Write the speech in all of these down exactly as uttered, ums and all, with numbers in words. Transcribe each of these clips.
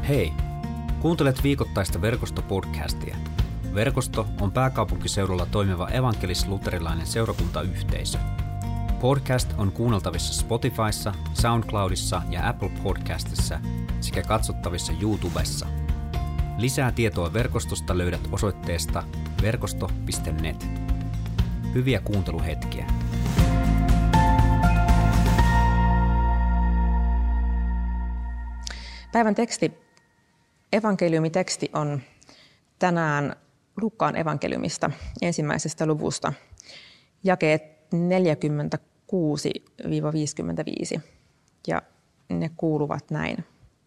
Hei! Kuuntelet viikoittaista Verkosto-podcastia. Verkosto on pääkaupunkiseudulla toimiva evankelis-luterilainen seurakuntayhteisö. Podcast on kuunneltavissa Spotifyssa, SoundCloudissa ja Apple Podcastissa sekä katsottavissa YouTubessa. Lisää tietoa verkostosta löydät osoitteesta verkosto piste net. Hyviä kuunteluhetkiä. Päivän teksti, evankeliumiteksti on tänään Luukkaan evankeliumista ensimmäisestä luvusta, jakeet neljäkymmentäkuusi viisikymmentäviisi, ja ne kuuluvat näin.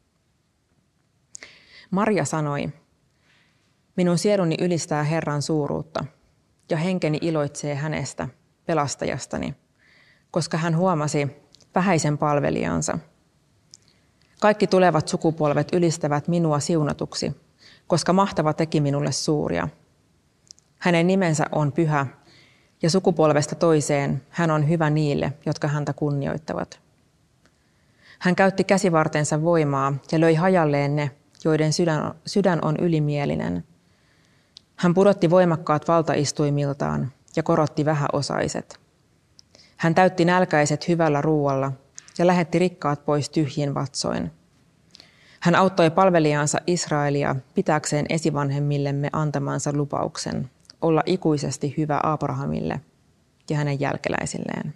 Maria sanoi, minun sieluni ylistää Herran suuruutta, ja henkeni iloitsee hänestä, pelastajastani, koska hän huomasi vähäisen palvelijansa. Kaikki tulevat sukupolvet ylistävät minua siunatuksi, koska mahtava teki minulle suuria. Hänen nimensä on pyhä, ja sukupolvesta toiseen hän on hyvä niille, jotka häntä kunnioittavat. Hän käytti käsivartensa voimaa ja löi hajalleen ne, joiden sydän, sydän on ylimielinen. Hän pudotti voimakkaat valtaistuimiltaan ja korotti vähäosaiset. Hän täytti nälkäiset hyvällä ruualla ja lähetti rikkaat pois tyhjin vatsoin. Hän auttoi palvelijaansa Israelia pitääkseen esivanhemmillemme antamansa lupauksen olla ikuisesti hyvä Abrahamille ja hänen jälkeläisilleen.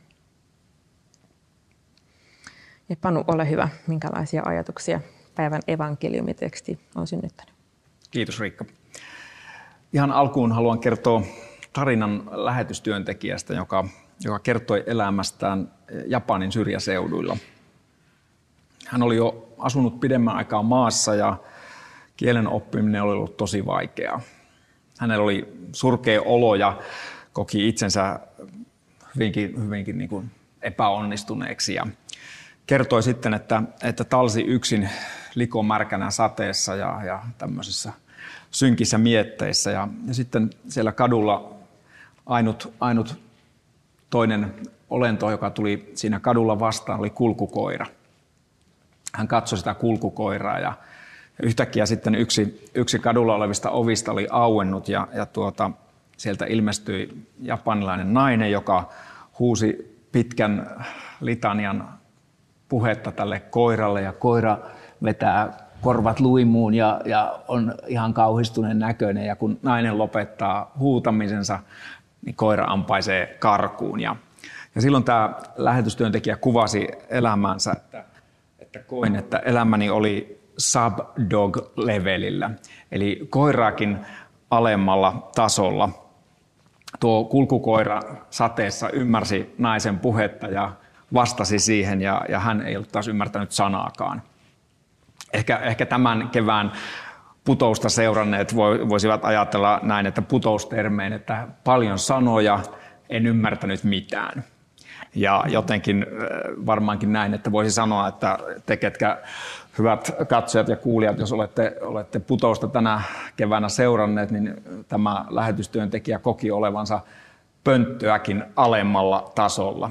Ja Panu, ole hyvä. Minkälaisia ajatuksia päivän evankeliumiteksti on synnyttänyt? Kiitos Riikka. Ihan alkuun haluan kertoa tarinan lähetystyöntekijästä, joka, joka kertoi elämästään Japanin syrjäseuduilla. Hän oli jo asunut pidemmän aikaa maassa ja kielen oppiminen oli ollut tosi vaikeaa. Hänellä oli surkea olo ja koki itsensä hyvinkin, hyvinkin niin kuin epäonnistuneeksi. Ja kertoi sitten, että, että talsi yksin likomärkänä sateessa ja, ja tämmöisissä synkissä mietteissä. Ja, ja sitten siellä kadulla ainut, ainut toinen olento, joka tuli siinä kadulla vastaan, oli kulkukoira. Hän katsoi sitä kulkukoiraa ja yhtäkkiä sitten yksi, yksi kadulla olevista ovista oli auennut ja, ja tuota, sieltä ilmestyi japanilainen nainen, joka huusi pitkän litanian puhetta tälle koiralle ja koira vetää korvat luimuun ja, ja on ihan kauhistuneen näköinen ja kun nainen lopettaa huutamisensa, niin koira ampaisee karkuun ja, ja silloin tämä lähetystyöntekijä kuvasi elämäänsä, että, että koin, että elämäni oli sub-dog-levelillä, eli koiraakin alemmalla tasolla. Tuo kulkukoira sateessa ymmärsi naisen puhetta ja vastasi siihen, ja, ja hän ei ollut taas ymmärtänyt sanaakaan. Ehkä, ehkä tämän kevään putousta seuranneet voisivat ajatella näin, että putoustermein, että paljon sanoja, en ymmärtänyt mitään. Ja jotenkin varmaankin näin, että voisi sanoa, että te, ketkä hyvät katsojat ja kuulijat, jos olette, olette putousta tänä keväänä seuranneet, niin tämä lähetystyöntekijä koki olevansa pönttöäkin alemmalla tasolla.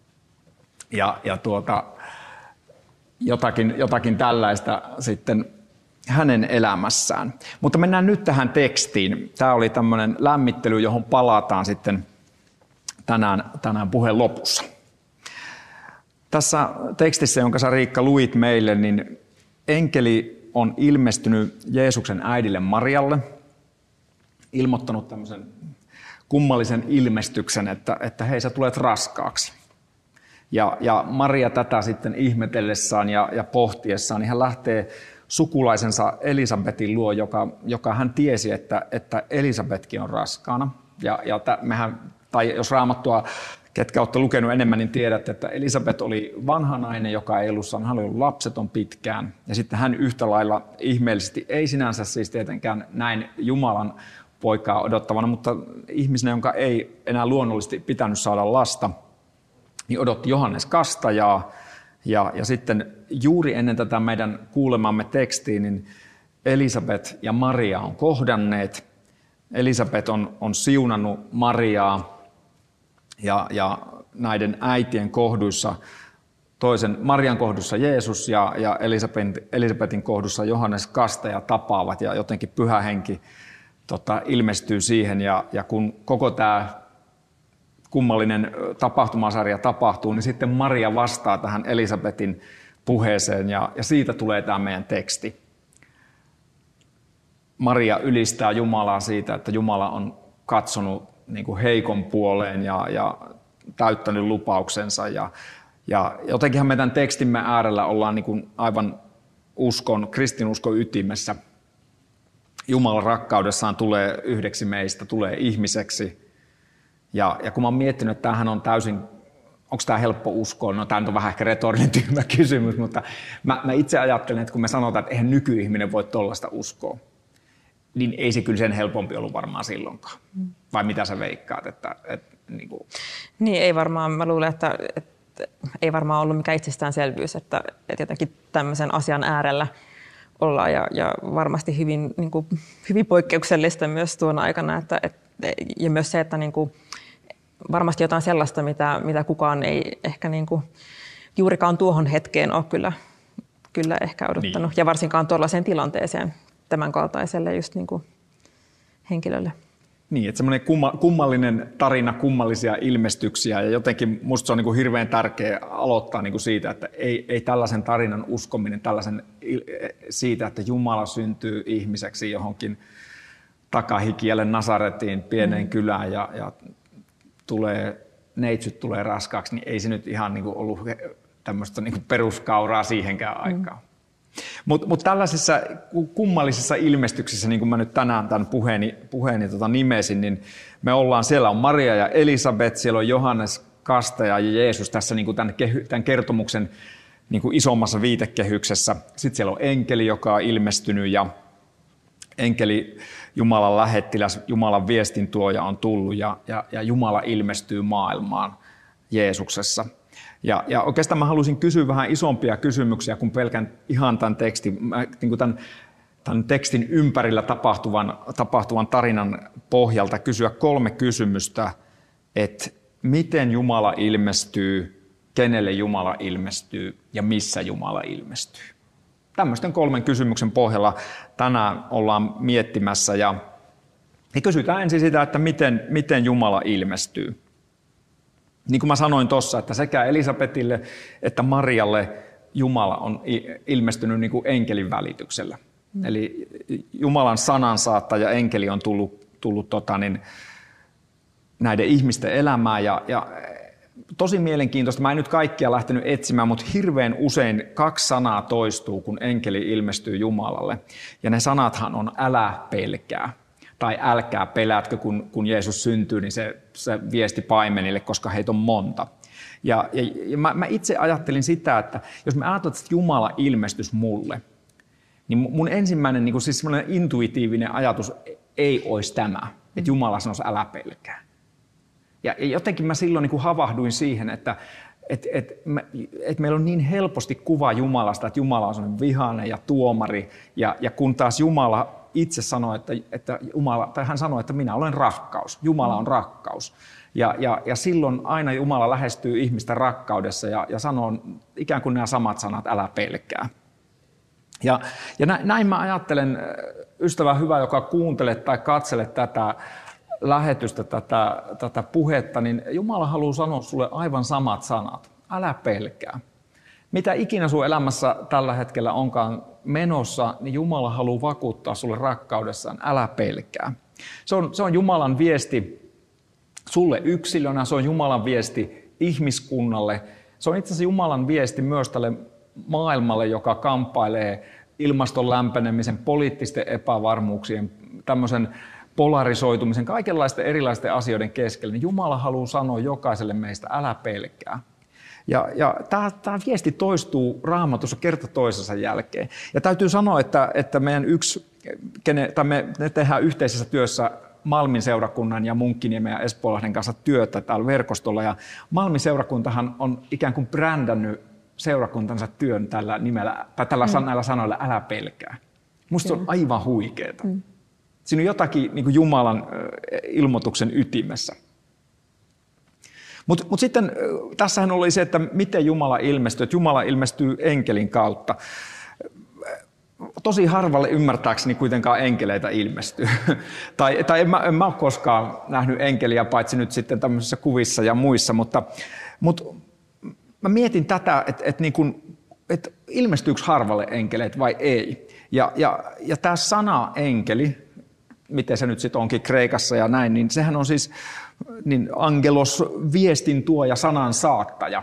Ja, ja tuota, jotakin, jotakin tällaista sitten hänen elämässään. Mutta mennään nyt tähän tekstiin. Tämä oli tämmöinen lämmittely, johon palataan sitten tänään, tänään puheen lopussa. Tässä tekstissä, jonka sä Riikka luit meille, niin enkeli on ilmestynyt Jeesuksen äidille Marialle, ilmoittanut tämmöisen kummallisen ilmestyksen, että, että hei, sä tulet raskaaksi. Ja, ja Maria tätä sitten ihmetellessään ja, ja pohtiessaan, niin hän lähtee sukulaisensa Elisabetin luo, joka, joka hän tiesi, että, että Elisabetkin on raskaana. Ja, ja t- mehän, tai jos Raamattua, ketkä olette lukenut enemmän, niin tiedätte, että Elisabet oli vanha nainen, joka ei ollut, hän oli ollut lapseton pitkään. Ja sitten hän yhtä lailla ihmeellisesti, ei sinänsä siis tietenkään näin Jumalan poikaa odottavana, mutta ihmisenä, jonka ei enää luonnollisesti pitänyt saada lasta, niin odotti Johannes Kastajaa. Ja, ja sitten juuri ennen tätä meidän kuulemamme tekstiin, niin Elisabet ja Maria on kohdanneet. Elisabet on, on siunannut Mariaa ja, ja näiden äitien kohduissa toisen Marian kohdussa Jeesus ja, ja Elisabet, Elisabetin kohdussa Johannes Kastaja tapaavat ja jotenkin Pyhä Henki tota, ilmestyy siihen. Ja, ja kun koko tämä kummallinen tapahtumasarja tapahtuu, niin sitten Maria vastaa tähän Elisabetin puheeseen ja, ja siitä tulee tämä meidän teksti. Maria ylistää Jumalaa siitä, että Jumala on katsonut niin kuin heikon puoleen ja, ja täyttänyt lupauksensa. Ja, ja jotenkinhan me tämän tekstimme äärellä ollaan niin kuin aivan uskon, kristinuskon ytimessä. Jumalan rakkaudessaan tulee yhdeksi meistä, tulee ihmiseksi. Ja, ja kun mä oon miettinyt, että tämähän on täysin, onko tämä helppo uskoa? No tämä on vähän ehkä retorinen tyhmä kysymys, mutta mä, mä itse ajattelen, että kun me sanotaan, että eihän nykyihminen voi tollaista uskoa, niin ei se kyllä sen helpompi ollut varmaan silloinkaan. Vai mitä sä veikkaat? Että, että, niin, kuin... niin ei varmaan, mä luulen, että, että ei varmaan ollut mikään itsestäänselvyys, että, että jotenkin tämmöisen asian äärellä ollaan ja, ja varmasti hyvin, niin kuin, hyvin poikkeuksellista myös tuona aikana. Että, että, ja myös se, että niin kuin, varmasti jotain sellaista, mitä, mitä kukaan ei ehkä niin kuin, juurikaan tuohon hetkeen ole kyllä, kyllä ehkä odottanut. Niin. Ja varsinkaan tuollaiseen tilanteeseen. Tämän kaltaiselle just niin kuin henkilölle. Niin, että semmoinen kummallinen tarina, kummallisia ilmestyksiä ja jotenkin musta se on niin kuin hirveän tärkeää aloittaa niin kuin siitä, että ei, ei tällaisen tarinan uskominen tällaisen siitä, että Jumala syntyy ihmiseksi johonkin Takahikielle Nasaretiin, pieneen mm. kylään ja, ja tulee, neitsyt tulee raskaaksi, niin ei se nyt ihan niin kuin ollut tämmöistä niin kuin peruskauraa siihenkään aikaan. Mm. Mutta mut tällaisissa kummallisissa ilmestyksissä, niin kuin mä nyt tänään tämän puheeni, puheeni tota nimesin, niin me ollaan, siellä on Maria ja Elisabet, siellä on Johannes Kastaja ja Jeesus tässä niin kuin tämän, kehy, tämän kertomuksen niin kuin isommassa viitekehyksessä. Sitten siellä on enkeli, joka on ilmestynyt ja enkeli, Jumalan lähettiläs, Jumalan viestintuoja on tullut ja, ja, ja Jumala ilmestyy maailmaan Jeesuksessa. Ja, ja oikeastaan mä haluaisin kysyä vähän isompia kysymyksiä kuin pelkän ihan tämän tekstin, niin kuin tämän, tämän tekstin ympärillä tapahtuvan, tapahtuvan tarinan pohjalta kysyä kolme kysymystä, että miten Jumala ilmestyy, kenelle Jumala ilmestyy ja missä Jumala ilmestyy. Tämmöisten kolmen kysymyksen pohjalla tänään ollaan miettimässä ja, ja kysytään ensin sitä, että miten, miten Jumala ilmestyy. Niin kuin mä sanoin tuossa, että sekä Elisabetille että Marialle Jumala on ilmestynyt niin kuin enkelin välityksellä. Mm. Eli Jumalan sanansaattaja enkeli on tullut, tullut tota niin, näiden ihmisten elämään. Ja, ja tosi mielenkiintoista, mä en nyt kaikkia lähtenyt etsimään, mutta hirveän usein kaksi sanaa toistuu, kun enkeli ilmestyy Jumalalle. Ja ne sanathan on älä pelkää. Tai älkää pelätkö, kun, kun Jeesus syntyy, niin se, se viesti paimenille, koska heitä on monta. Ja, ja, ja mä, mä itse ajattelin sitä, että jos me ajatellaan, että Jumala ilmestys mulle, niin mun ensimmäinen niin kuin siis semmoinen intuitiivinen ajatus ei olisi tämä, että Jumala sanoisi älä pelkää. Ja, ja jotenkin mä silloin niin kuin havahduin siihen, että et, et, me, et meillä on niin helposti kuva Jumalasta, että Jumala on semmoinen vihainen ja tuomari, ja, ja kun taas Jumala itse sanoi, että, että Jumala, tai hän sanoi, että minä olen rakkaus. Jumala on rakkaus. Ja, ja, ja silloin aina Jumala lähestyy ihmistä rakkaudessa ja, ja sanoo ikään kuin nämä samat sanat, älä pelkää. Ja, ja näin mä ajattelen, ystävä hyvä, joka kuuntelet tai katselet tätä lähetystä, tätä, tätä puhetta, niin Jumala haluaa sanoa sulle aivan samat sanat. Älä pelkää. Mitä ikinä sun elämässä tällä hetkellä onkaan menossa, niin Jumala haluaa vakuuttaa sulle rakkaudessaan, älä pelkää. Se on, se on Jumalan viesti sulle yksilönä, se on Jumalan viesti ihmiskunnalle. Se on itse asiassa Jumalan viesti myös tälle maailmalle, joka kamppailee ilmaston lämpenemisen, poliittisten epävarmuuksien, tämmöisen polarisoitumisen, kaikenlaisten erilaisten asioiden keskellä. Niin Jumala haluaa sanoa jokaiselle meistä, älä pelkää. Ja, ja tämä viesti toistuu Raamatussa kerta toisensa jälkeen. Ja täytyy sanoa, että, että meidän yksi, kene, tai me, me tehdään yhteisessä työssä Malmin seurakunnan ja Munkkiniemen ja Espoolahden kanssa työtä täällä verkostolla. Ja Malmin seurakuntahan on ikään kuin brändännyt seurakuntansa työn tällä nimellä, tai tällä mm. näillä sanoilla, älä pelkää. Musta se on aivan huikeeta. Mm. Siinä on jotakin niin kuin Jumalan ilmoituksen ytimessä. Mutta mut sitten tässähän oli se, että miten Jumala ilmestyy, että Jumala ilmestyy enkelin kautta. Tosi harvalle ymmärtääkseni kuitenkaan enkeleitä ilmestyy. tai tai en, mä, en mä ole koskaan nähnyt enkeliä, paitsi nyt sitten tämmöisissä kuvissa ja muissa, mutta, mutta mä mietin tätä, että, että, niin kun, että ilmestyykö harvalle enkeleitä vai ei. Ja, ja, ja tämä sana enkeli, miten se nyt sitten onkin kreikassa ja näin, niin sehän on siis niin angelos, viestin tuoja, sanan saattaja.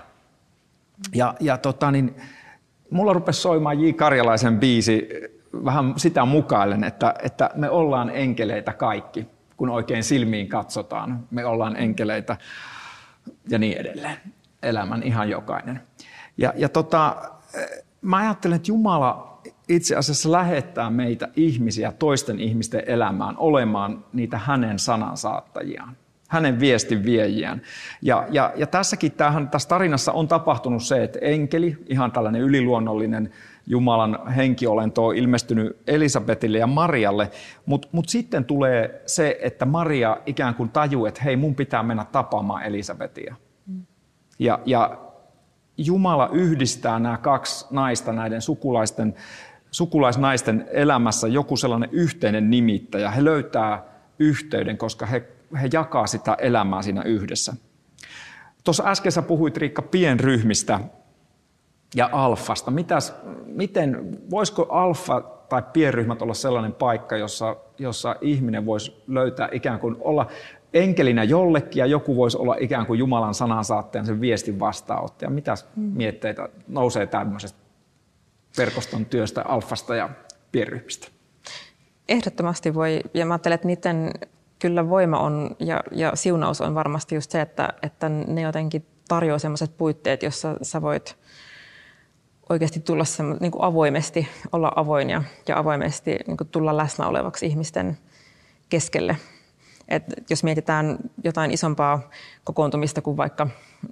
Ja, ja tota niin, mulla rupesi soimaan J. Karjalaisen biisi vähän sitä mukaillen, että, että me ollaan enkeleitä kaikki, kun oikein silmiin katsotaan. Me ollaan enkeleitä ja niin edelleen. Elämän ihan jokainen. Ja, ja tota, mä ajattelen, että Jumala itse asiassa lähettää meitä ihmisiä toisten ihmisten elämään olemaan niitä hänen sanansaattajiaan, hänen viestin viejiään. Ja, ja, ja tässäkin tämähän, tässä tarinassa on tapahtunut se, että enkeli, ihan tällainen yliluonnollinen Jumalan henkiolento on ilmestynyt Elisabetille ja Marialle, mutta mut sitten tulee se, että Maria ikään kuin tajuu, että hei, mun pitää mennä tapaamaan Elisabetia. Mm. Ja, ja Jumala yhdistää nämä kaksi naista näiden sukulaisten, sukulaisnaisten elämässä joku sellainen yhteinen nimittäjä. He löytää yhteyden, koska he, he jakaa sitä elämää siinä yhdessä. Tuossa äsken sä puhuit, Riikka, pienryhmistä ja alfasta. Mitäs, miten, voisiko alfa tai pienryhmät olla sellainen paikka, jossa, jossa ihminen voisi löytää ikään kuin olla enkelinä jollekin ja joku voisi olla ikään kuin Jumalan sanansaattajan, sen viestin vastaanottaja. Mitäs mietteitä nousee tämmöisestä verkoston työstä, alfasta ja pienryhmistä? Ehdottomasti voi, ja mä ajattelen, että niiden kyllä voima on ja, ja siunaus on varmasti just se, että, että ne jotenkin tarjoaa sellaiset puitteet, jossa sä voit oikeasti tulla niin kuin avoimesti, olla avoin ja, ja avoimesti niin kuin tulla läsnä olevaksi ihmisten keskelle. Et jos mietitään jotain isompaa kokoontumista kuin vaikka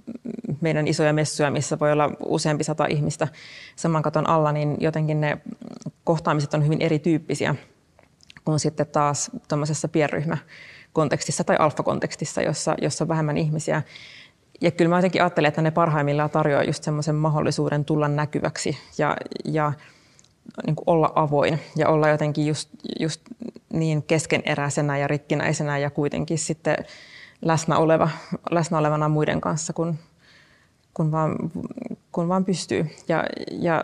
meidän isoja messuja, missä voi olla useampi sata ihmistä saman katon alla, niin jotenkin ne kohtaamiset on hyvin erityyppisiä kuin sitten taas tuommoisessa pienryhmäkontekstissa tai alfakontekstissa, jossa, jossa on vähemmän ihmisiä. Ja kyllä mä jotenkin ajattelen, että ne parhaimmillaan tarjoaa just semmoisen mahdollisuuden tulla näkyväksi ja, ja niin kuin olla avoin ja olla jotenkin just, just niin keskeneräisenä ja rikkinäisenä ja kuitenkin sitten läsnä, oleva, läsnä olevana muiden kanssa, kun, kun, vaan, kun vaan pystyy. Ja, ja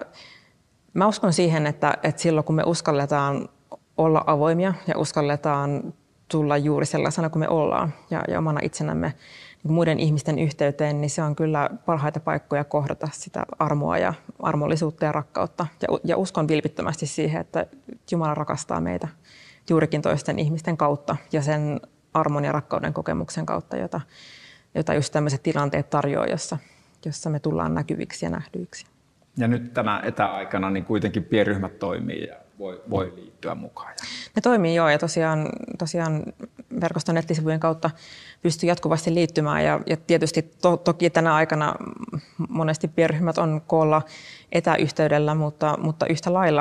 mä uskon siihen, että, että silloin kun me uskalletaan olla avoimia ja uskalletaan tulla juuri sellaisena kuin me ollaan ja, ja omana itsenämme niin muiden ihmisten yhteyteen, niin se on kyllä parhaita paikkoja kohdata sitä armoa ja armollisuutta ja rakkautta. Ja, ja uskon vilpittömästi siihen, että Jumala rakastaa meitä juurikin toisten ihmisten kautta ja sen armon ja rakkauden kokemuksen kautta, jota, jota just tämmöiset tilanteet tarjoaa, jossa, jossa me tullaan näkyviksi ja nähdyiksi. Ja nyt tänä etäaikana niin kuitenkin pienryhmät toimii ja voi, voi liittyä mukaan. Ne toimii joo, ja tosiaan, tosiaan verkoston nettisivujen kautta pystyy jatkuvasti liittymään. Ja, ja tietysti to, toki tänä aikana monesti pienryhmät on koolla etäyhteydellä, mutta, mutta yhtä lailla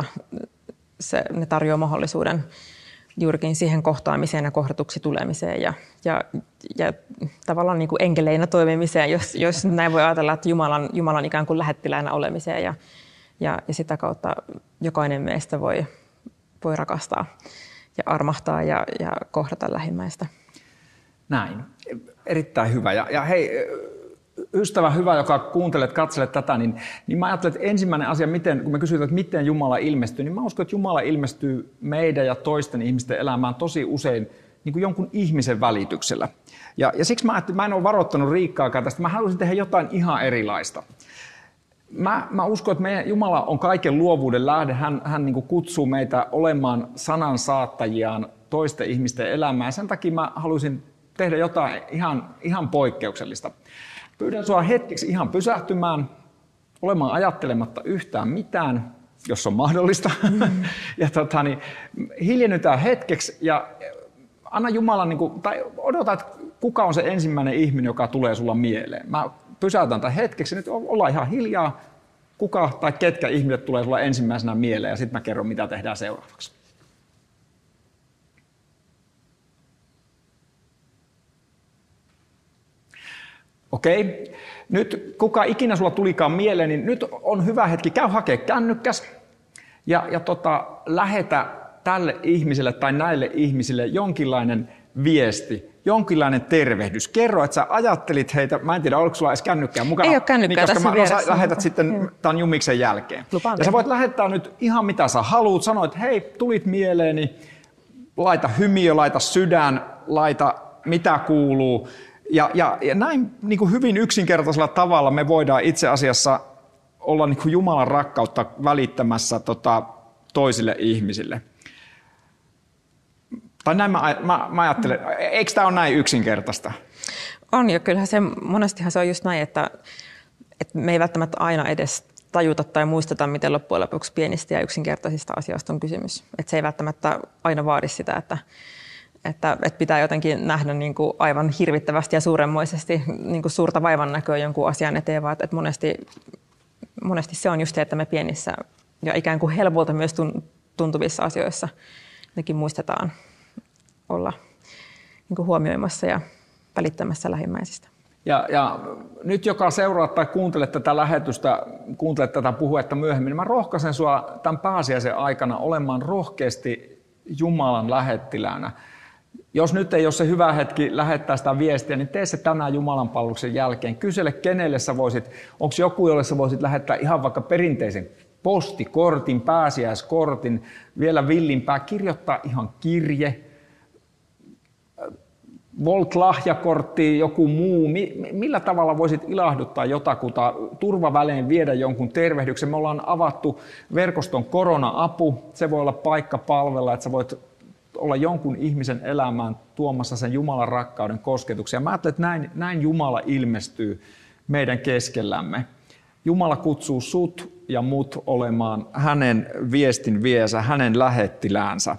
se, ne tarjoaa mahdollisuuden juurikin siihen kohtaamiseen ja kohdatuksi tulemiseen ja, ja, ja tavallaan niin kuin enkeleinä toimimiseen, jos, jos näin voi ajatella, että Jumalan, Jumalan ikään kuin lähettiläänä olemiseen ja, ja, ja sitä kautta jokainen meistä voi, voi rakastaa ja armahtaa ja, ja kohdata lähimmäistä. Näin. Erittäin hyvä. Ja, ja hei, ystävä hyvä, joka kuuntelet, katselet tätä, niin, niin mä ajattelen, että ensimmäinen asia, miten, kun me kysytään, että miten Jumala ilmestyy, niin mä uskon, että Jumala ilmestyy meidän ja toisten ihmisten elämään tosi usein niin kuin jonkun ihmisen välityksellä. Ja, ja siksi mä ajattelin, mä en ole varoittanut Riikkaakaan tästä, mä haluaisin tehdä jotain ihan erilaista. Mä, mä uskon, että meidän Jumala on kaiken luovuuden lähde. Hän, hän niin kuin kutsuu meitä olemaan sanan saattajiaan toisten ihmisten elämään. Sen takia mä haluaisin tehdä jotain ihan, ihan poikkeuksellista. Pyydän sinua hetkeksi ihan pysähtymään, olemaan ajattelematta yhtään mitään, jos on mahdollista. Mm. ja tota, niin, hiljennytään hetkeksi ja anna Jumalan, niin kuin, tai odota, että kuka on se ensimmäinen ihminen, joka tulee sulla mieleen. Mä pysäytän tämän hetkeksi, nyt ollaan ihan hiljaa, kuka tai ketkä ihmiset tulee sulla ensimmäisenä mieleen ja sitten mä kerron, mitä tehdään seuraavaksi. Okei, nyt kuka ikinä sulla tulikaan mieleen, niin nyt on hyvä hetki, käy hakea kännykkäs ja, ja tota, lähetä tälle ihmiselle tai näille ihmisille jonkinlainen viesti, jonkinlainen tervehdys. Kerro, että sä ajattelit heitä, mä en tiedä, oliko sulla edes kännykkää mukana. Ei ole kännykkää niin, tässä mä, vieressä. Sä lähetät sitten Joo. tämän Jummiksen jälkeen. Lupaan ja sä voit lähettää nyt ihan mitä sä haluut, sanoit, että hei, tulit mieleeni, laita hymiö, laita sydän, laita mitä kuuluu. Ja, ja, ja näin niin kuin hyvin yksinkertaisella tavalla me voidaan itse asiassa olla niin kuin Jumalan rakkautta välittämässä tota, toisille ihmisille. Tai näin mä, mä, mä ajattelen, eikö tämä ole näin yksinkertaista? On jo, kyllähän se, monestihan se on just näin, että, että me ei välttämättä aina edes tajuta tai muisteta, miten loppujen lopuksi pienistä ja yksinkertaisista asioista on kysymys. Että se ei välttämättä aina vaadi sitä, että, että, että pitää jotenkin nähdä niin kuin aivan hirvittävästi ja suuremmoisesti niin kuin suurta vaivannäköä jonkun asian eteen, vaan että monesti, monesti se on just se, että me pienissä ja ikään kuin helpolta myös tuntuvissa asioissa nekin muistetaan olla niin kuin huomioimassa ja välittämässä lähimmäisistä. Ja, ja nyt joka seuraa tai kuuntelet tätä lähetystä, kuuntelet tätä puhetta myöhemmin, niin mä rohkaisen sua tämän pääsiäisen aikana olemaan rohkeasti Jumalan lähettiläänä. Jos nyt ei ole se hyvä hetki lähettää sitä viestiä, niin tee se tänään Jumalan palveluksen jälkeen. Kysele, kenelle sä voisit, onko joku, jolle sä voisit lähettää ihan vaikka perinteisen postikortin, pääsiäiskortin, vielä villimpää, kirjoittaa ihan kirje, Volt-lahjakortti, joku muu. Millä tavalla voisit ilahduttaa jotakuta, turvavälein viedä jonkun tervehdyksen? Me ollaan avattu verkoston korona-apu. Se voi olla paikka palvella, että sä voit olla jonkun ihmisen elämään tuomassa sen Jumalan rakkauden kosketuksia. Mä ajattelen, että näin, näin Jumala ilmestyy meidän keskellämme. Jumala kutsuu sut ja mut olemaan hänen viestin viesä, hänen lähettiläänsä.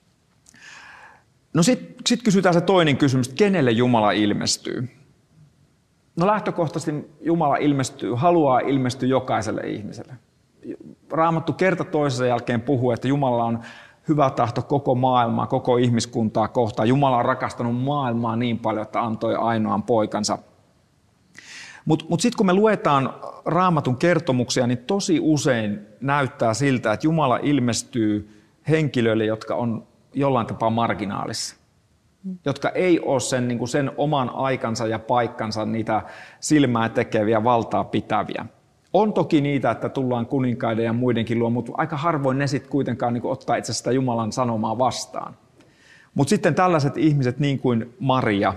No sitten sit kysytään se toinen kysymys, että kenelle Jumala ilmestyy? No lähtökohtaisesti Jumala ilmestyy, haluaa ilmestyä jokaiselle ihmiselle. Raamattu kerta toisensa jälkeen puhuu, että Jumala on hyvä tahto koko maailmaa, koko ihmiskuntaa kohtaan. Jumala on rakastanut maailmaa niin paljon, että antoi ainoan poikansa. Mutta mut sitten kun me luetaan Raamatun kertomuksia, niin tosi usein näyttää siltä, että Jumala ilmestyy henkilöille, jotka on jollain tapaa marginaalissa, jotka ei ole sen, niin kuin sen oman aikansa ja paikkansa niitä silmää tekeviä, valtaa pitäviä. On toki niitä, että tullaan kuninkaiden ja muidenkin luo, mutta aika harvoin ne sitten kuitenkaan niin kuin ottaa itse sitä Jumalan sanomaa vastaan. Mutta sitten tällaiset ihmiset niin kuin Maria,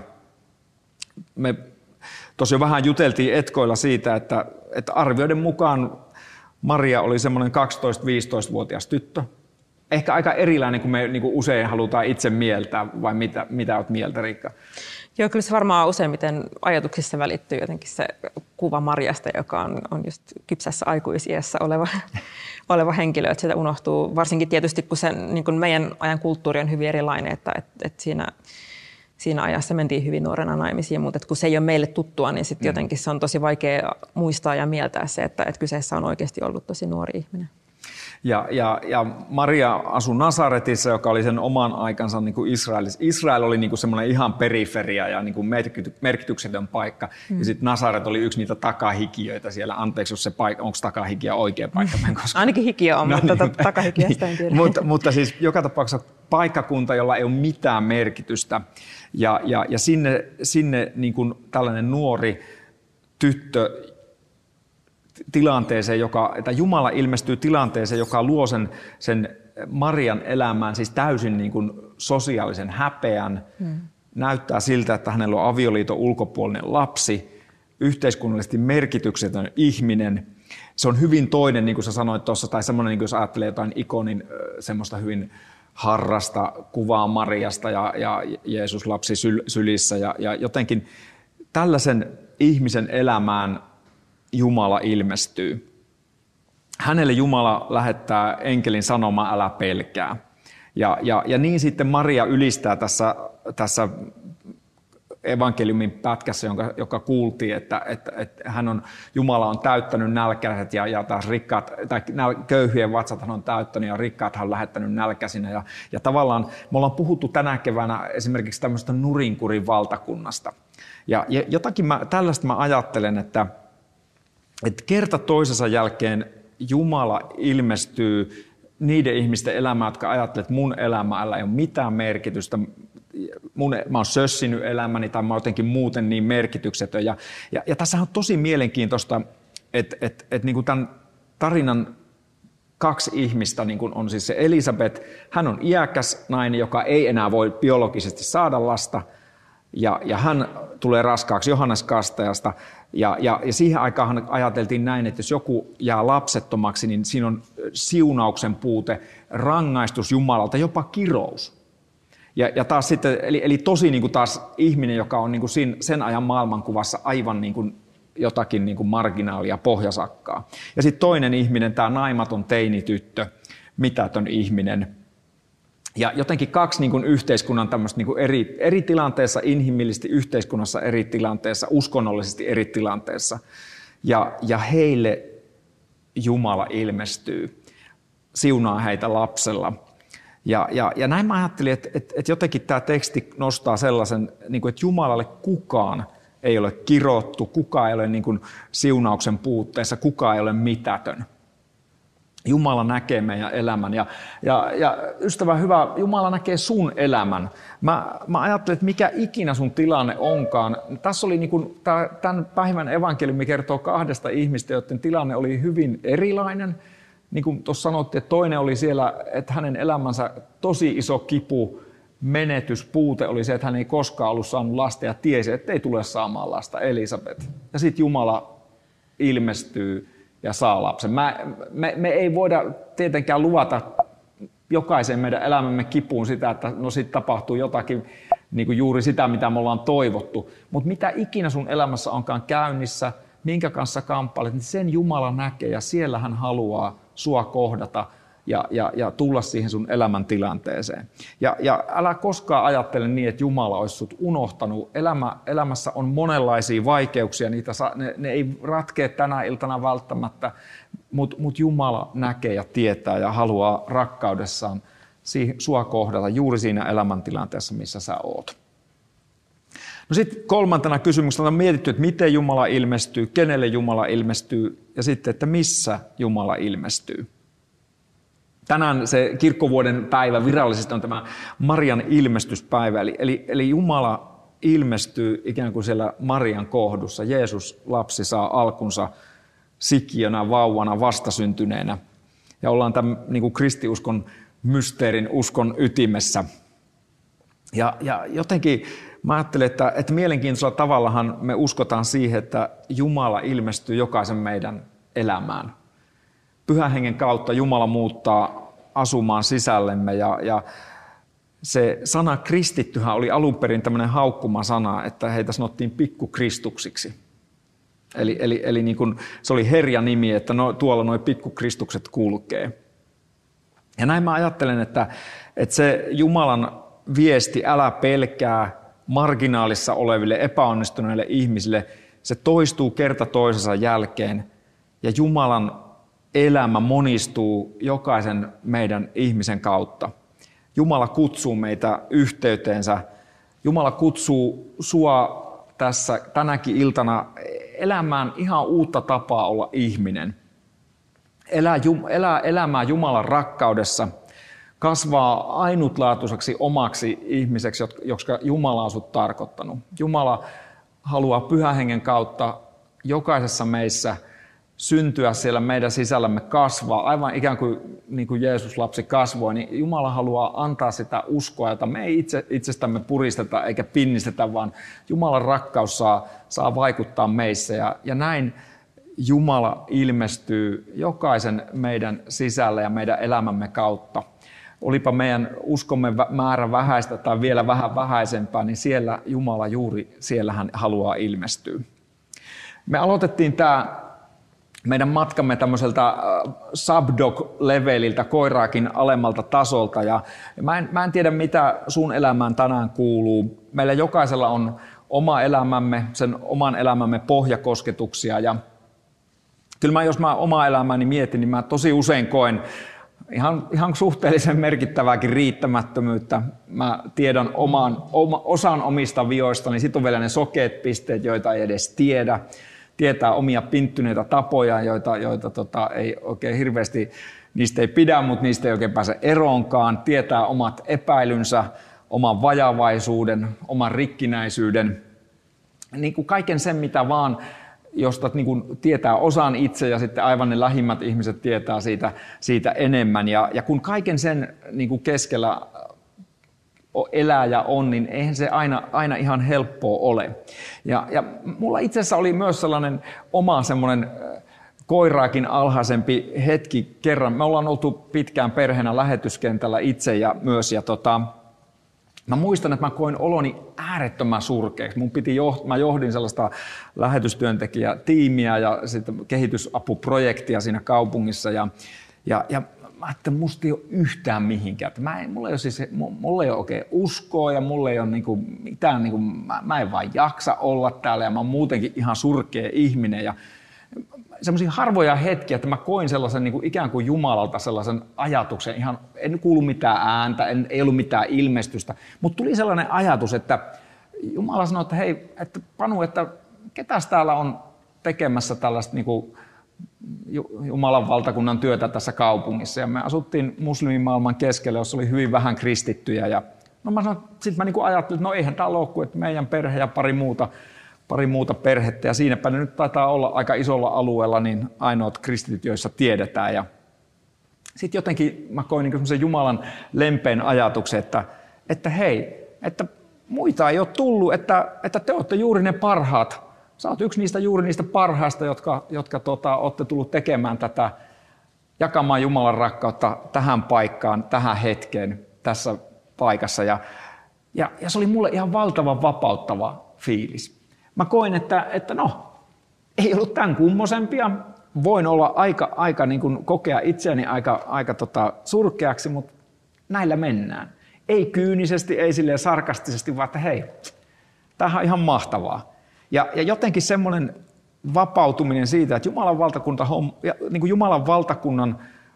me tosiaan vähän juteltiin etkoilla siitä, että, että arvioiden mukaan Maria oli semmoinen kaksitoista-viisitoistavuotias tyttö. Ehkä aika erilainen kuin me niin kuin usein halutaan itse mieltää, vai mitä, mitä olet mieltä, Riikka? Joo, kyllä se varmaan useimmiten ajatuksissa välittyy jotenkin se kuva Mariasta, joka on, on just kypsässä aikuisiässä oleva, oleva henkilö, että sitä unohtuu. Varsinkin tietysti, kun, se, niin kun meidän ajan kulttuuri on hyvin erilainen, että, että, että siinä, siinä ajassa mentiin hyvin nuorena naimisiin, mutta että kun se ei ole meille tuttua, niin sitten mm. jotenkin se on tosi vaikea muistaa ja mieltää se, että, että kyseessä on oikeasti ollut tosi nuori ihminen. Ja, ja, ja Maria asui Nasaretissa, joka oli sen oman aikansa niin kuin Israelissa. Israel oli niin kuin semmoinen ihan periferia ja niin kuin merkityksetön paikka. Mm. Ja sitten Nasaret oli yksi niitä takahikiöitä siellä. Anteeksi, jos se paikka, onko takahikiä oikea paikka? Mm. Ainakin hikiö on, no, mutta niin, takahikiästä en tiedä. mutta, mutta siis joka tapauksessa paikkakunta, jolla ei ole mitään merkitystä. Ja, ja, ja sinne, sinne niin kuin tällainen nuori tyttö, tilanteeseen, joka, että Jumala ilmestyy tilanteeseen, joka luo sen, sen Marian elämään siis täysin niin kuin sosiaalisen häpeän. Hmm. Näyttää siltä, että hänellä on avioliiton ulkopuolinen lapsi, yhteiskunnallisesti merkityksetön ihminen. Se on hyvin toinen, niin kuin sä sanoit tuossa, tai semmoinen, niin kuin jos ajattelee jotain ikonin, semmoista hyvin harrasta kuvaa Mariasta ja, ja Jeesus lapsi syl, sylissä. Ja, ja jotenkin tällaisen ihmisen elämään Jumala ilmestyy. Hänelle Jumala lähettää enkelin sanomaan, älä pelkää. Ja, ja, ja niin sitten Maria ylistää tässä, tässä evankeliumin pätkässä, jonka, joka kuultiin, että, että, että hän on, Jumala on täyttänyt nälkäiset ja, ja taas rikkaat, tai näl, köyhien vatsat hän on täyttänyt ja rikkaat hän on lähettänyt nälkäisinä. Ja, ja tavallaan me ollaan puhuttu tänä keväänä esimerkiksi tämmöistä nurinkurin valtakunnasta. Ja, ja jotakin mä, tällaista mä ajattelen, että, että kerta toisensa jälkeen Jumala ilmestyy niiden ihmisten elämään, jotka ajattelevat, että mun elämällä ei ole mitään merkitystä. Mun, mä oon sössinyt elämäni tai mä oon jotenkin muuten niin merkityksetön. Ja, ja, ja tässä on tosi mielenkiintoista, että, että, että niin kuin tämän tarinan kaksi ihmistä niin kuin on siis se Elisabet. Hän on iäkäs nainen, joka ei enää voi biologisesti saada lasta. Ja, ja hän tulee raskaaksi Johannes Kastajasta. Ja, ja, ja siihen aikaan ajateltiin näin, että jos joku jää lapsettomaksi, niin siinä on siunauksen puute, rangaistus Jumalalta, jopa kirous. Ja, ja taas sitten, eli, eli tosi niin kuin taas ihminen, joka on niin kuin sen, sen ajan maailmankuvassa aivan niin kuin jotakin niin kuin marginaalia, pohjasakkaa. Ja sitten toinen ihminen, tämä naimaton teinityttö, mitätön ihminen. Ja jotenkin kaksi niin kuin yhteiskunnan tämmöistä niin kuin eri, eri tilanteessa, inhimillisesti yhteiskunnassa eri tilanteessa, uskonnollisesti eri tilanteessa. Ja, ja heille Jumala ilmestyy, siunaa heitä lapsella. Ja, ja, ja näin mä ajattelin, että, että, että jotenkin tämä teksti nostaa sellaisen, niin kuin, että Jumalalle kukaan ei ole kirottu, kukaan ei ole niin kuin siunauksen puutteessa, kukaan ei ole mitätön. Jumala näkee meidän elämän ja, ja, ja ystävä hyvä, Jumala näkee sun elämän. Mä, mä ajattelen, että mikä ikinä sun tilanne onkaan. Tässä oli niin kuin, tämän päivän evankeliumi kertoo kahdesta ihmistä, joiden tilanne oli hyvin erilainen. Niin kuin tuossa sanottiin, että toinen oli siellä, että hänen elämänsä tosi iso kipu, menetys, puute oli se, että hän ei koskaan ollut saanut lasta ja tiesi, että ei tule saamaan lasta, Elisabet. Ja sitten Jumala ilmestyy ja saa lapsen. Mä, me, me ei voida tietenkään luvata jokaisen meidän elämämme kipuun sitä, että no sitten tapahtuu jotakin niin kuin juuri sitä, mitä me ollaan toivottu. Mutta mitä ikinä sun elämässä onkaan käynnissä, minkä kanssa kamppailet, niin sen Jumala näkee ja siellä hän haluaa sua kohdata ja, ja, ja tulla siihen sun elämäntilanteeseen. Ja, ja älä koskaan ajattele niin, että Jumala olisi sut unohtanut. Elämä, elämässä on monenlaisia vaikeuksia, niitä sa, ne, ne ei ratkea tänä iltana välttämättä, mutta mut Jumala näkee ja tietää ja haluaa rakkaudessaan siihen, sua kohdata juuri siinä elämäntilanteessa, missä sä oot. No sitten kolmantena kysymyksenä on mietitty, että miten Jumala ilmestyy, kenelle Jumala ilmestyy ja sitten, että missä Jumala ilmestyy. Tänään se kirkkovuoden päivä virallisesti on tämä Marian ilmestyspäivä, eli, eli, eli Jumala ilmestyy ikään kuin siellä Marian kohdussa. Jeesus lapsi saa alkunsa sikiönä, vauvana, vastasyntyneenä ja ollaan tämän niin kuin kristiuskon mysteerin uskon ytimessä. Ja, ja jotenkin mä ajattelen, että, että mielenkiintoisella tavallahan me uskotaan siihen, että Jumala ilmestyy jokaisen meidän elämään. Pyhän Hengen kautta Jumala muuttaa asumaan sisällemme ja, ja se sana kristittyhän oli alun perin tämmöinen haukkuma sana, että heitä sanottiin pikkukristuksiksi. Eli, eli, eli niin kuin, se oli herja nimi, että no, tuolla nuo pikkukristukset kulkee. Ja näin mä ajattelen, että, että se Jumalan viesti, älä pelkää marginaalissa oleville epäonnistuneille ihmisille, se toistuu kerta toisensa jälkeen ja Jumalan elämä monistuu jokaisen meidän ihmisen kautta. Jumala kutsuu meitä yhteyteensä. Jumala kutsuu sua tässä tänäkin iltana elämään ihan uutta tapaa olla ihminen. Elää, elää elämää Jumalan rakkaudessa. Kasvaa ainutlaatuiseksi omaksi ihmiseksi, jotka Jumala on sut tarkoittanut. Jumala haluaa Pyhän Hengen kautta jokaisessa meissä syntyä siellä meidän sisällämme, kasvaa, aivan ikään kuin, niin kuin Jeesus lapsi kasvoi, niin Jumala haluaa antaa sitä uskoa, jota me ei itse, itsestämme puristeta eikä pinnistetä, vaan Jumalan rakkaus saa, saa vaikuttaa meissä. Ja, ja näin Jumala ilmestyy jokaisen meidän sisällä ja meidän elämämme kautta. Olipa meidän uskomme määrä vähäistä tai vielä vähän vähäisempää, niin siellä Jumala juuri, siellä hän haluaa ilmestyä. Me aloitettiin tämä meidän matkamme tämmöiseltä subdog-leveliltä, koiraakin alemmalta tasolta. Ja mä en, mä en tiedä, mitä sun elämään tänään kuuluu. Meillä jokaisella on oma elämämme, sen oman elämämme pohjakosketuksia. Ja kyllä mä, jos mä omaa elämääni mietin, niin mä tosi usein koen ihan, ihan suhteellisen merkittävääkin riittämättömyyttä. Mä tiedän oman, oma, osan omista vioistani, sitten on vielä ne sokeat pisteet, joita ei edes tiedä. Tietää omia pinttyneitä tapoja, joita, joita tota, ei oikein hirveästi, niistä ei pidä, mutta niistä ei oikein pääse eroonkaan. Tietää omat epäilynsä, oman vajavaisuuden, oman rikkinäisyyden. Niin kuin kaiken sen, mitä vaan, josta niin kuin tietää osan itse ja sitten aivan ne lähimmät ihmiset tietää siitä, siitä enemmän. Ja, ja kun kaiken sen niin kuin keskellä elää ja on, niin eihän se aina, aina ihan helppoa ole. Ja, ja mulla itse asiassa oli myös sellainen oma semmoinen koiraakin alhaisempi hetki kerran. Me ollaan oltu pitkään perheenä lähetyskentällä itse ja myös. Ja tota, mä muistan, että mä koin oloni äärettömän surkeaksi. Mun piti joht- mä johdin sellaista lähetystyöntekijätiimiä ja sitten kehitysapuprojektia siinä kaupungissa. Ja, ja, ja mä ajattelin, että musta ei ole yhtään mihinkään. Mä en, mulla, ei ole siis, mulla ei ole oikein uskoa ja mulla ei ole niinku mitään, niinku, mä, mä en vaan jaksa olla täällä ja mä oon muutenkin ihan surkea ihminen. Ja semmoisia harvoja hetkiä, että mä koin sellaisen niin kuin ikään kuin Jumalalta sellaisen ajatuksen, ihan en kuulu mitään ääntä, en, ei ollut mitään ilmestystä, mutta tuli sellainen ajatus, että Jumala sanoi, että hei, että Panu, että ketäs täällä on tekemässä tällaista niin kuin Jumalan valtakunnan työtä tässä kaupungissa. Ja me asuttiin muslimimaailman keskellä, jossa oli hyvin vähän kristittyjä. Ja no mä sanoin, sitten mä niin kuin ajattelin, että no eihän täällä ole kuin meidän perhe ja pari muuta pari muuta perhettä, ja siinäpä ne nyt taitaa olla aika isolla alueella niin ainoat kristityt, joissa tiedetään. Ja sitten jotenkin mä koin niin semmoisen Jumalan lempeän ajatuksen, että, että hei, että muita ei ole tullut, että, että te olette juuri ne parhaat. Sä oot yksi niistä juuri niistä parhaista, jotka, jotka tota, olette tullut tekemään tätä, jakamaan Jumalan rakkautta tähän paikkaan, tähän hetkeen, tässä paikassa. Ja, ja, ja se oli mulle ihan valtavan vapauttava fiilis. Mä koin, että, että no, ei ollut tämän kummosempia. Voin olla aika, aika niin kuin kokea itseäni aika, aika tota surkeaksi, mutta näillä mennään. Ei kyynisesti, ei silleen sarkastisesti, vaan että hei, tämähän on ihan mahtavaa. Ja, ja jotenkin semmoinen vapautuminen siitä, että Jumalan, valtakunta, niin kuin Jumalan valtakunnan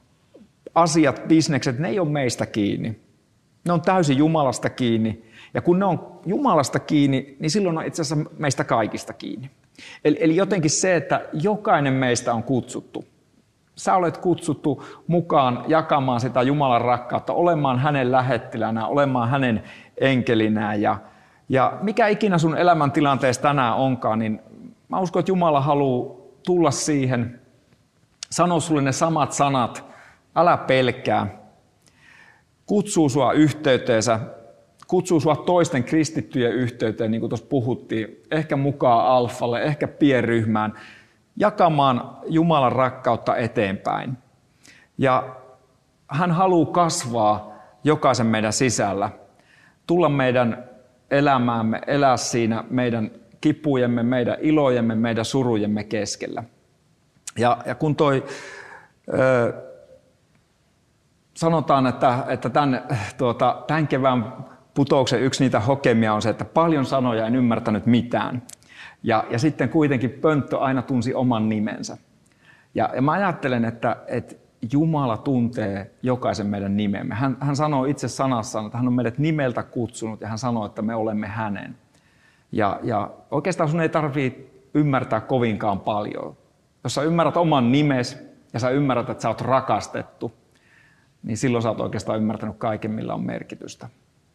asiat, bisnekset, ne ei ole meistä kiinni. Ne on täysin Jumalasta kiinni. Ja kun ne on Jumalasta kiinni, niin silloin on itse asiassa meistä kaikista kiinni. Eli, eli jotenkin se, että jokainen meistä on kutsuttu. Sä olet kutsuttu mukaan jakamaan sitä Jumalan rakkautta, olemaan hänen lähettilänään, olemaan hänen enkelinään. Ja, ja mikä ikinä sun elämäntilanteessa tänään onkaan, niin mä uskon, että Jumala haluaa tulla siihen, sanoa sulle ne samat sanat, älä pelkää, kutsuu sua yhteyteensä, kutsuu sua toisten kristittyjen yhteyteen, niin kuin tuossa puhuttiin, ehkä mukaan alfalle, ehkä pienryhmään, jakamaan Jumalan rakkautta eteenpäin. Ja hän haluaa kasvaa jokaisen meidän sisällä, tulla meidän elämäämme, elää siinä meidän kipujemme, meidän ilojemme, meidän surujemme keskellä. Ja, ja kun toi... Ö, sanotaan, että, että tämän, tuota, tämän kevään putouksen yksi niitä hokemia on se, että paljon sanoja en ymmärtänyt mitään. Ja, ja sitten kuitenkin pönttö aina tunsi oman nimensä. Ja, ja mä ajattelen, että, että Jumala tuntee jokaisen meidän nimemme. Hän, hän sanoo itse sanassaan, että hän on meidät nimeltä kutsunut ja hän sanoo, että me olemme hänen. Ja, ja oikeastaan sun ei tarvitse ymmärtää kovinkaan paljon. Jos sä ymmärrät oman nimesi ja sä ymmärrät, että sä oot rakastettu, niin silloin sä oot oikeastaan ymmärtänyt kaiken, millä on merkitystä.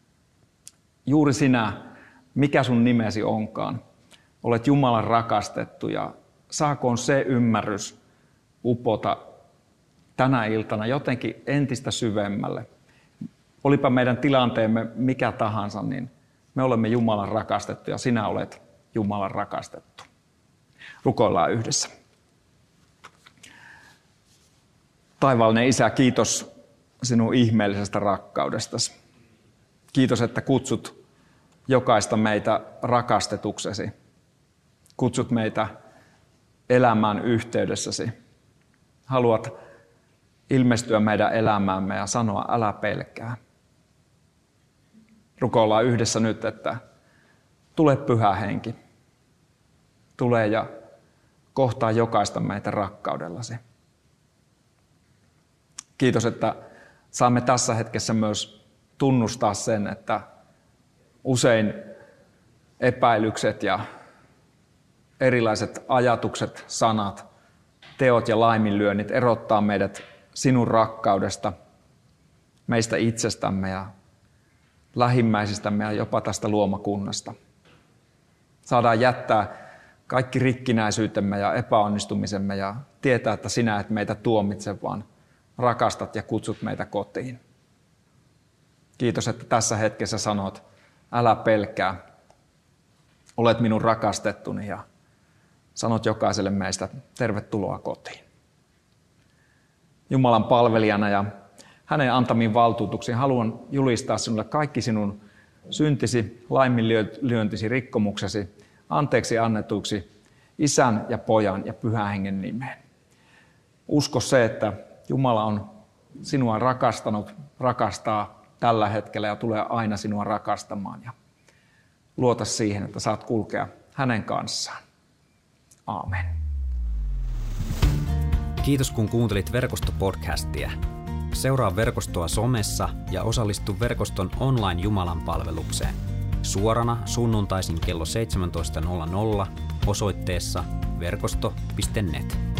Juuri sinä, mikä sun nimesi onkaan, olet Jumalan rakastettu ja saakoon se ymmärrys upota tänä iltana jotenkin entistä syvemmälle. Olipa meidän tilanteemme mikä tahansa, niin me olemme Jumalan rakastettu ja sinä olet Jumalan rakastettu. Rukoillaan yhdessä. Taivaallinen Isä, kiitos sinun ihmeellisestä rakkaudestasi. Kiitos, että kutsut jokaista meitä rakastetuksesi. Kutsut meitä elämään yhteydessäsi. Haluat ilmestyä meidän elämäämme ja sanoa, älä pelkää. Rukoillaan yhdessä nyt, että tule Pyhä Henki. Tule ja kohtaa jokaista meitä rakkaudellasi. Kiitos, että Saamme tässä hetkessä myös tunnustaa sen, että usein epäilykset ja erilaiset ajatukset, sanat, teot ja laiminlyönnit erottaa meidät sinun rakkaudesta, meistä itsestämme ja lähimmäisistämme ja jopa tästä luomakunnasta. Saadaan jättää kaikki rikkinäisyytemme ja epäonnistumisemme ja tietää, että sinä et meitä tuomitse, vaan rakastat ja kutsut meitä kotiin. Kiitos, että tässä hetkessä sanot, älä pelkää, olet minun rakastettuni ja sanot jokaiselle meistä tervetuloa kotiin. Jumalan palvelijana ja hänen antamiin valtuutuksiin haluan julistaa sinulle kaikki sinun syntisi, laiminlyöntisi, rikkomuksesi, anteeksi annetuiksi Isän ja Pojan ja Pyhän Hengen nimeen. Usko se, että Jumala on sinua rakastanut, rakastaa tällä hetkellä ja tulee aina sinua rakastamaan. Ja luota siihen, että saat kulkea hänen kanssaan. Aamen. Kiitos kun kuuntelit Verkosto-podcastia. Seuraa Verkostoa somessa ja osallistu Verkoston online Jumalan palvelukseen. Suorana sunnuntaisin kello seitsemäntoista nolla nolla osoitteessa verkosto piste net.